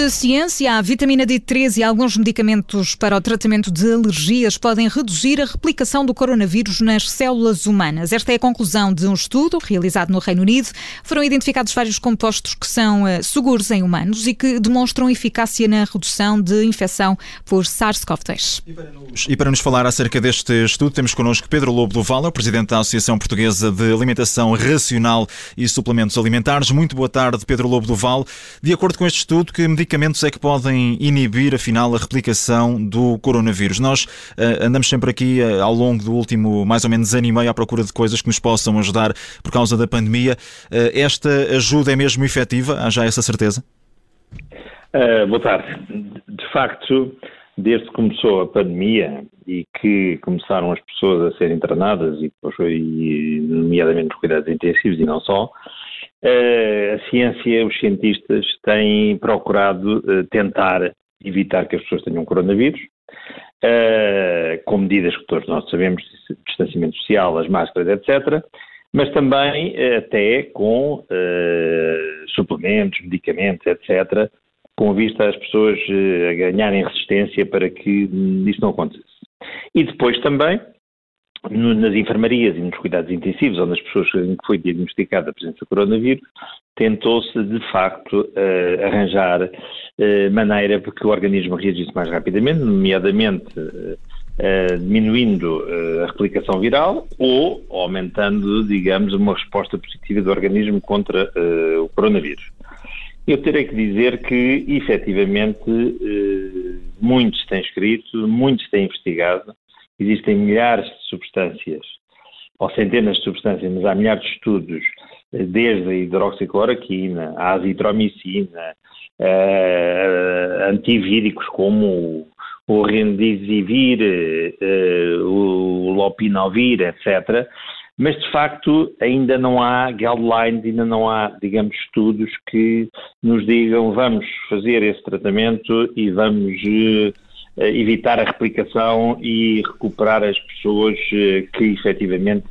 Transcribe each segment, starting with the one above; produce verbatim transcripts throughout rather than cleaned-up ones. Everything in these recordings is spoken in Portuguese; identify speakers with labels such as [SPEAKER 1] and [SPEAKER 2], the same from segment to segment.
[SPEAKER 1] de ciência, a vitamina D três e alguns medicamentos para o tratamento de alergias podem reduzir a replicação do coronavírus nas células humanas. Esta é a conclusão de um estudo realizado no Reino Unido. Foram identificados vários compostos que são uh, seguros em humanos e que demonstram eficácia na redução de infecção por SARS-CoV dois.
[SPEAKER 2] E para, nos, e para nos falar acerca deste estudo, temos connosco Pedro Lobo do Val, presidente da Associação Portuguesa de Alimentação Racional e Suplementos Alimentares. Muito boa tarde, Pedro Lobo do Val. De acordo com este estudo, que medicamentos é que podem inibir, afinal, a replicação do coronavírus? Nós uh, andamos sempre aqui, uh, ao longo do último, mais ou menos, ano e meio, à procura de coisas que nos possam ajudar por causa da pandemia. Uh, esta ajuda é mesmo efetiva? Há já essa certeza?
[SPEAKER 3] Uh, boa tarde. De facto, desde que começou a pandemia e que começaram as pessoas a serem internadas, e, e nomeadamente nos cuidados intensivos e não só, a ciência, os cientistas têm procurado tentar evitar que as pessoas tenham coronavírus, com medidas que todos nós sabemos, distanciamento social, as máscaras, etcétera, mas também até com suplementos, medicamentos, etcétera, com vista às pessoas a ganharem resistência para que isso não acontecesse. E depois também, no, nas enfermarias e nos cuidados intensivos, onde as pessoas que foi diagnosticada a presença de coronavírus, tentou-se, de facto, uh, arranjar uh, maneira para que o organismo reagisse mais rapidamente, nomeadamente uh, uh, diminuindo uh, a replicação viral ou aumentando, digamos, uma resposta positiva do organismo contra uh, o coronavírus. Eu terei que dizer que, efetivamente, uh, muitos têm escrito, muitos têm investigado. Existem milhares de substâncias, ou centenas de substâncias, mas há milhares de estudos, desde a hidroxicloroquina, a azitromicina, a antivíricos como o remdesivir, o lopinavir, etcétera. Mas, de facto, ainda não há guidelines, ainda não há, digamos, estudos que nos digam vamos fazer esse tratamento e vamos evitar a replicação e recuperar as pessoas que efetivamente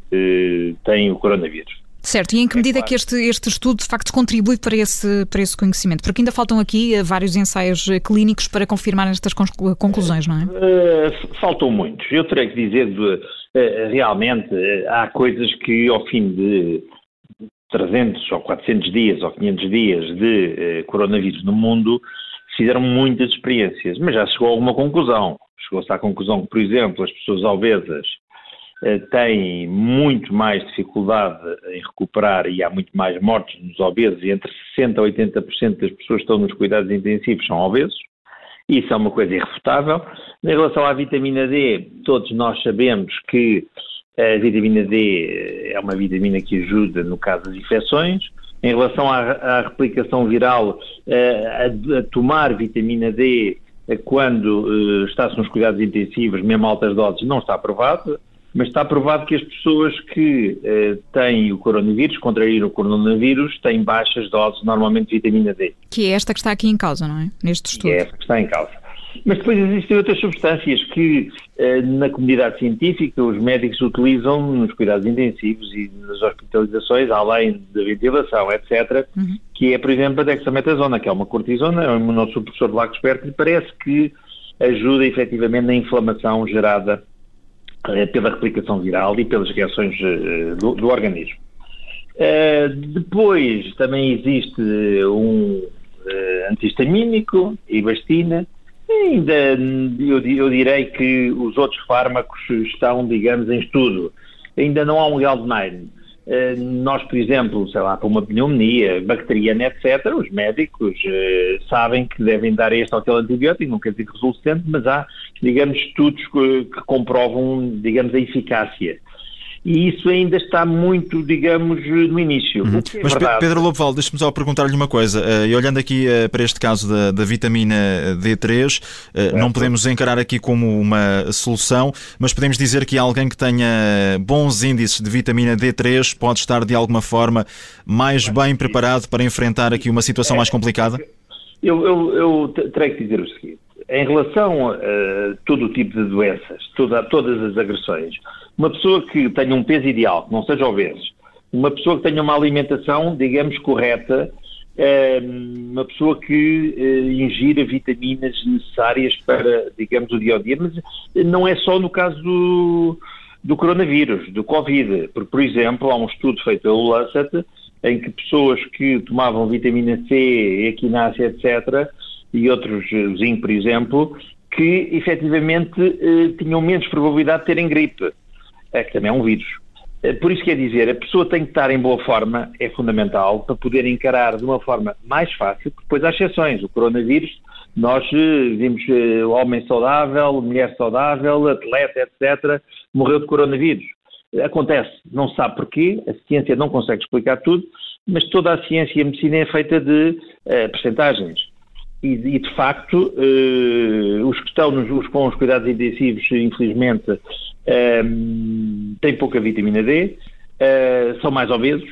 [SPEAKER 3] têm o coronavírus.
[SPEAKER 1] Certo, e em que medida é, claro, que este, este estudo de facto contribui para esse, para esse conhecimento? Porque ainda faltam aqui vários ensaios clínicos para confirmar estas conclusões, não é?
[SPEAKER 3] Uh, faltam muitos. Eu terei que dizer, uh, realmente, uh, há coisas que ao fim de trezentos ou quatrocentos dias ou quinhentos dias de uh, coronavírus no mundo, fizeram muitas experiências, mas já chegou a alguma conclusão. Chegou-se à conclusão que, por exemplo, as pessoas obesas eh, têm muito mais dificuldade em recuperar e há muito mais mortes nos obesos, e entre sessenta por cento a oitenta por cento das pessoas que estão nos cuidados intensivos são obesos. Isso é uma coisa irrefutável. Em relação à vitamina D, todos nós sabemos que a vitamina D é uma vitamina que ajuda no caso das infecções. Em relação à, à replicação viral, a, a tomar vitamina D quando uh, está-se nos cuidados intensivos, mesmo altas doses, não está provado, mas está provado que as pessoas que uh, têm o coronavírus, contraíram o coronavírus, têm baixas doses, normalmente, de vitamina D.
[SPEAKER 1] Que é esta que está aqui em causa, não é? Neste estudo.
[SPEAKER 3] Que é esta que está em causa. Mas depois existem outras substâncias que, eh, na comunidade científica, os médicos utilizam nos cuidados intensivos e nas hospitalizações, além da ventilação, etcétera, uhum. que é, por exemplo, a dexametasona, que é uma cortisona, é um imunossupressor de Lactoferrin, que parece que ajuda efetivamente na inflamação gerada eh, pela replicação viral e pelas reações eh, do, do organismo. Eh, depois também existe um eh, antihistamínico, ibastina. Ainda eu, eu direi que os outros fármacos estão, digamos, em estudo. Ainda não há um guideline. Uh, nós, por exemplo, sei lá, para uma pneumonia bacteriana, etcétera, os médicos uh, sabem que devem dar este ou aquele antibiótico, não quer dizer que resulte sempre, mas há, digamos, estudos que, que comprovam, digamos, a eficácia. E isso ainda está muito, digamos, no início.
[SPEAKER 2] Uhum.
[SPEAKER 3] O que é
[SPEAKER 2] Mas
[SPEAKER 3] verdade...
[SPEAKER 2] Pedro Lobo Val, deixe-me só perguntar-lhe uma coisa. Uh, e olhando aqui uh, para este caso da, da vitamina D três, uh, não podemos encarar aqui como uma solução, mas podemos dizer que alguém que tenha bons índices de vitamina D três pode estar de alguma forma mais bem preparado para enfrentar aqui uma situação mais complicada?
[SPEAKER 3] Eu, eu, eu terei que dizer o seguinte. Em relação a uh, todo o tipo de doenças, toda, todas as agressões, uma pessoa que tenha um peso ideal, que não seja obeso, uma pessoa que tenha uma alimentação, digamos, correta, uma pessoa que uh, ingira vitaminas necessárias para, digamos, o dia a dia, mas não é só no caso do, do coronavírus, do Covid. Porque, por exemplo, há um estudo feito pelo Lancet em que pessoas que tomavam vitamina C, equinácea, etcétera, e outros, zinco, por exemplo, que efetivamente uh, tinham menos probabilidade de terem gripe, é, que também é um vírus. Por isso quer dizer, a pessoa tem que estar em boa forma, é fundamental, para poder encarar de uma forma mais fácil, porque depois há exceções. O coronavírus, nós vimos o homem saudável, mulher saudável, atleta, etcétera, morreu de coronavírus. Acontece, não se sabe porquê, a ciência não consegue explicar tudo, mas toda a ciência e a medicina é feita de uh, percentagens. E, e, de facto, uh, os que estão nos, com os cuidados intensivos, infelizmente, uh, têm pouca vitamina D, uh, são mais obesos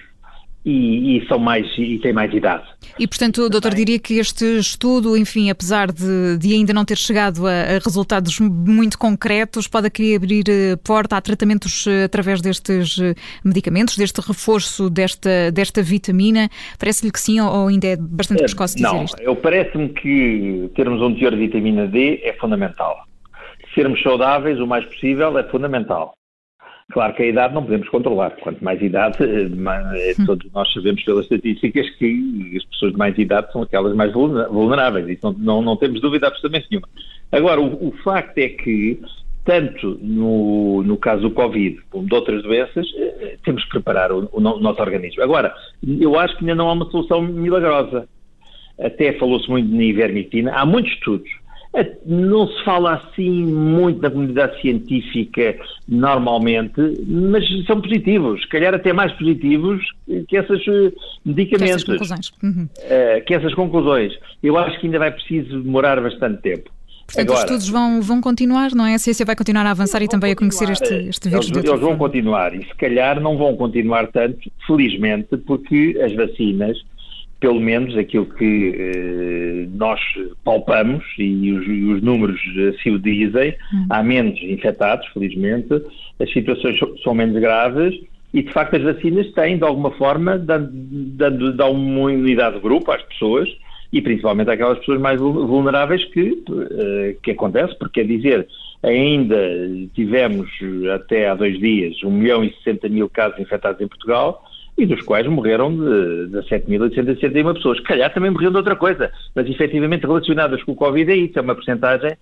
[SPEAKER 3] e, e, são mais, e têm mais idade.
[SPEAKER 1] E, portanto, doutor, diria que este estudo, enfim, apesar de, de ainda não ter chegado a, a resultados muito concretos, pode aqui abrir porta a tratamentos através destes medicamentos, deste reforço desta, desta vitamina. Parece-lhe que sim, ou ainda é bastante precoce dizer
[SPEAKER 3] não,
[SPEAKER 1] isto?
[SPEAKER 3] Não, parece-me que termos um teor de vitamina D é fundamental. Sermos saudáveis o mais possível é fundamental. Claro que a idade não podemos controlar. Quanto mais idade, mais, todos nós sabemos pelas estatísticas que as pessoas de mais idade são aquelas mais vulneráveis. Isso não, não, não temos dúvida absolutamente nenhuma. Agora, o, o facto é que, tanto no, no caso do Covid como de outras doenças, temos que preparar o, o nosso organismo. Agora, eu acho que ainda não há uma solução milagrosa. Até falou-se muito de ivermectina. Há muitos estudos. Não se fala assim muito na comunidade científica normalmente, mas são positivos, se calhar até mais positivos que esses medicamentos.
[SPEAKER 1] Que essas conclusões. Uhum.
[SPEAKER 3] Uh, que essas conclusões. Eu acho que ainda vai preciso demorar bastante tempo.
[SPEAKER 1] Portanto,
[SPEAKER 3] Agora,
[SPEAKER 1] os estudos vão, vão continuar, não é? A ciência vai continuar a avançar e também a conhecer este, este vírus
[SPEAKER 3] eles,
[SPEAKER 1] de outra
[SPEAKER 3] eles vão
[SPEAKER 1] forma.
[SPEAKER 3] continuar e se calhar não vão continuar tanto, felizmente, porque as vacinas, pelo menos aquilo que eh, nós palpamos e os, e os números assim o dizem, hum. há menos infectados, felizmente, as situações são menos graves e, de facto, as vacinas têm, de alguma forma, dando, dando, dando uma imunidade de grupo às pessoas e, principalmente, àquelas pessoas mais vulneráveis que, eh, que acontece, porque, quer dizer, ainda tivemos, até há dois dias, um milhão e sessenta mil casos infectados em Portugal, e dos quais morreram de dezassete mil oitocentas e sessenta e uma pessoas. Se calhar também morreram de outra coisa, mas efetivamente relacionadas com o Covid é isso, é uma porcentagem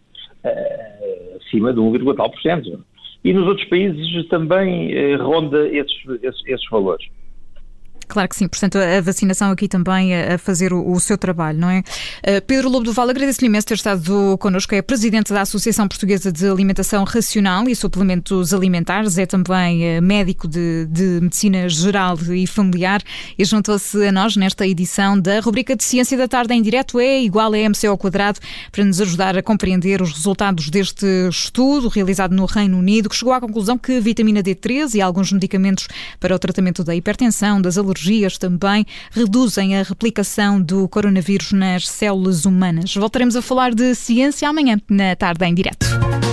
[SPEAKER 3] uh, acima de um vírgula tal por cento. E nos outros países também uh, ronda esses, esses, esses valores.
[SPEAKER 1] Claro que sim, portanto a vacinação aqui também a fazer o, o seu trabalho, não é? Uh, Pedro Lobo do Val, agradeço-lhe imenso ter estado connosco, é presidente da Associação Portuguesa de Alimentação Racional e Suplementos Alimentares, é também uh, médico de, de Medicina Geral e Familiar e juntou-se a nós nesta edição da rubrica de Ciência da Tarde em Direto, é igual a M C ao quadrado, para nos ajudar a compreender os resultados deste estudo realizado no Reino Unido, que chegou à conclusão que a vitamina D três e alguns medicamentos para o tratamento da hipertensão, das alergias, também reduzem a replicação do coronavírus nas células humanas. Voltaremos a falar de ciência amanhã, na Tarde em Direto.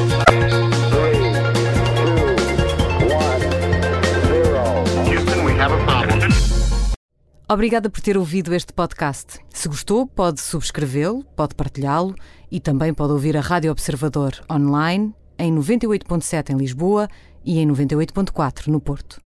[SPEAKER 1] Obrigada por ter ouvido este podcast. Se gostou, pode subscrevê-lo, pode partilhá-lo e também pode ouvir a Rádio Observador online em noventa e oito ponto sete em Lisboa e em noventa e oito ponto quatro no Porto.